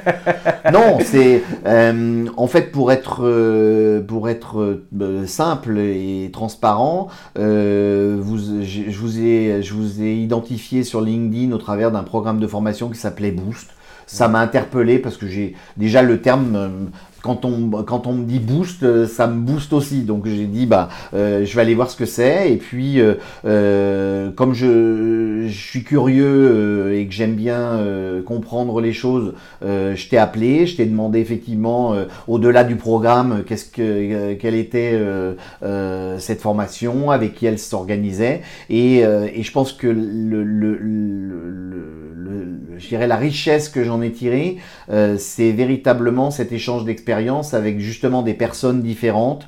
Non, c'est euh, en fait pour être euh, pour être euh, simple et transparent. Euh, vous, je, je vous ai je vous ai identifié sur LinkedIn au travers d'un programme de formation qui s'appelait Boost. Ça m'a interpellé parce que j'ai déjà le terme. Euh, Quand on, quand on me dit boost, ça me booste aussi. Donc j'ai dit, bah, euh, je vais aller voir ce que c'est. Et puis, euh, euh, comme je, je suis curieux euh, et que j'aime bien euh, comprendre les choses, euh, je t'ai appelé, je t'ai demandé effectivement, euh, au-delà du programme, qu'est-ce que, euh, quelle était euh, euh, cette formation, avec qui elle s'organisait. Et, euh, et je pense que le, le, le, le, le, je dirais la richesse que j'en ai tirée, euh, c'est véritablement cet échange d'expériences avec justement des personnes différentes,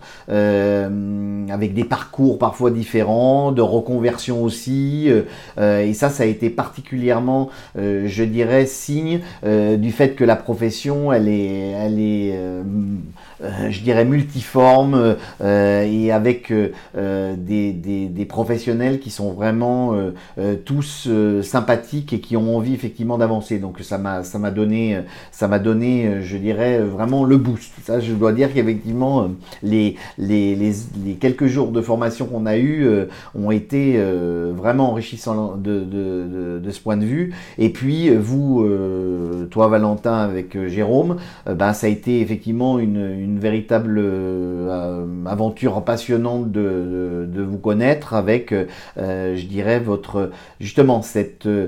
euh, avec des parcours parfois différents, de reconversion aussi. Euh, et ça, ça a été particulièrement, euh, je dirais, signe euh, du fait que la profession, elle est, elle est, euh, euh, je dirais, multiforme euh, et avec euh, des, des, des professionnels qui sont vraiment euh, euh, tous euh, sympathiques et qui ont envie effectivement d'avancer. Donc ça m'a, ça m'a donné, ça m'a donné, je dirais, vraiment le boost. Ça, je dois dire qu'effectivement, les, les, les, les quelques jours de formation qu'on a eu euh, ont été euh, vraiment enrichissants de, de, de, de ce point de vue. Et puis, vous, euh, toi Valentin, avec euh, Jérôme, euh, ben, ça a été effectivement une, une véritable euh, aventure passionnante de, de, de vous connaître avec, euh, je dirais, votre, justement, cette, euh,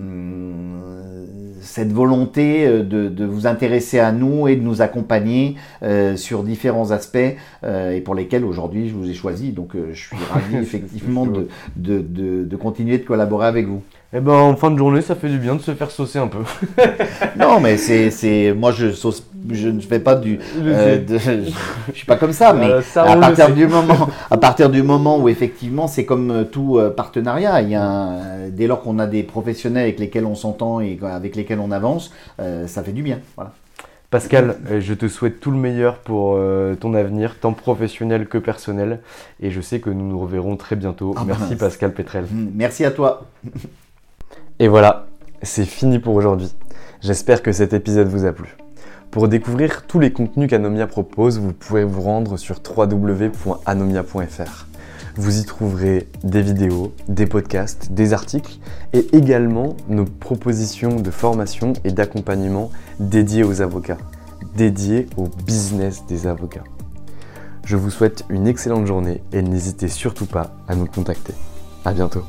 cette volonté de, de vous intéresser à nous et de nous accompagner Euh, sur différents aspects euh, et pour lesquels aujourd'hui je vous ai choisi. Donc euh, je suis ravi effectivement de, de, de, de continuer de collaborer avec vous. Eh ben en fin de journée, ça fait du bien de se faire saucer un peu. Non, mais c'est, c'est, moi je sauce, je ne fais pas du, euh, de, je, je suis pas comme ça, mais euh, ça, à partir du moment, à partir du moment où effectivement c'est comme tout euh, partenariat, il y a un, dès lors qu'on a des professionnels avec lesquels on s'entend et avec lesquels on avance, euh, ça fait du bien. Voilà. Pascal, je te souhaite tout le meilleur pour euh, ton avenir, tant professionnel que personnel. Et je sais que nous nous reverrons très bientôt. Ah Merci ben, Pascal Petrel. Merci à toi. Et voilà, c'est fini pour aujourd'hui. J'espère que cet épisode vous a plu. Pour découvrir tous les contenus qu'Anomia propose, vous pouvez vous rendre sur w w w point anomia point f r. Vous y trouverez des vidéos, des podcasts, des articles et également nos propositions de formation et d'accompagnement dédiées aux avocats, dédiées au business des avocats. Je vous souhaite une excellente journée et n'hésitez surtout pas à nous contacter. À bientôt.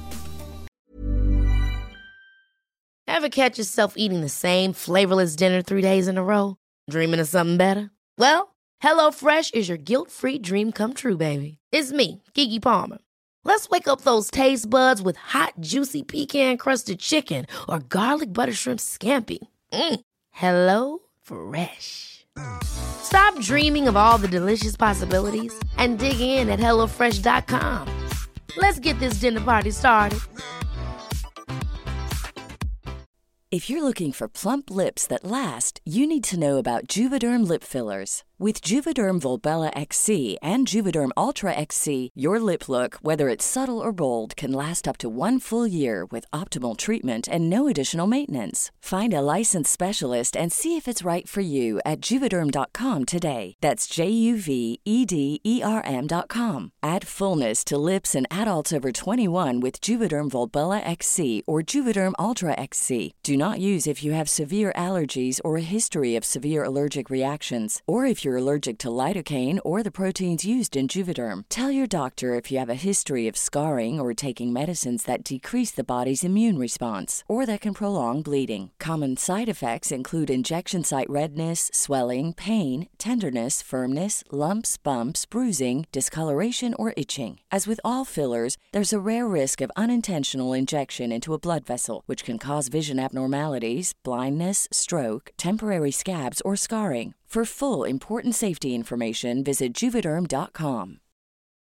Ever catch yourself eating the same flavorless dinner three days in a row? Dreaming of something better? Well, HelloFresh is your guilt-free dream come true, baby. It's me, Keke Palmer. Let's wake up those taste buds with hot, juicy pecan-crusted chicken or garlic butter shrimp scampi. Mm. Hello Fresh. Stop dreaming of all the delicious possibilities and dig in at hello fresh dot com. Let's get this dinner party started. If you're looking for plump lips that last, you need to know about Juvederm lip fillers. With Juvederm Volbella X C and Juvederm Ultra X C, your lip look, whether it's subtle or bold, can last up to one full year with optimal treatment and no additional maintenance. Find a licensed specialist and see if it's right for you at Juvederm dot com today. That's J U V E D E R M dot com. Add fullness to lips in adults over twenty-one with Juvederm Volbella X C or Juvederm Ultra X C. Do not use if you have severe allergies or a history of severe allergic reactions, or if you're allergic to lidocaine or the proteins used in Juvederm. Tell your doctor if you have a history of scarring or taking medicines that decrease the body's immune response or that can prolong bleeding. Common side effects include injection site redness, swelling, pain, tenderness, firmness, lumps, bumps, bruising, discoloration, or itching. As with all fillers, there's a rare risk of unintentional injection into a blood vessel, which can cause vision abnormalities, blindness, stroke, temporary scabs, or scarring. For full, important safety information, visit Juvederm dot com.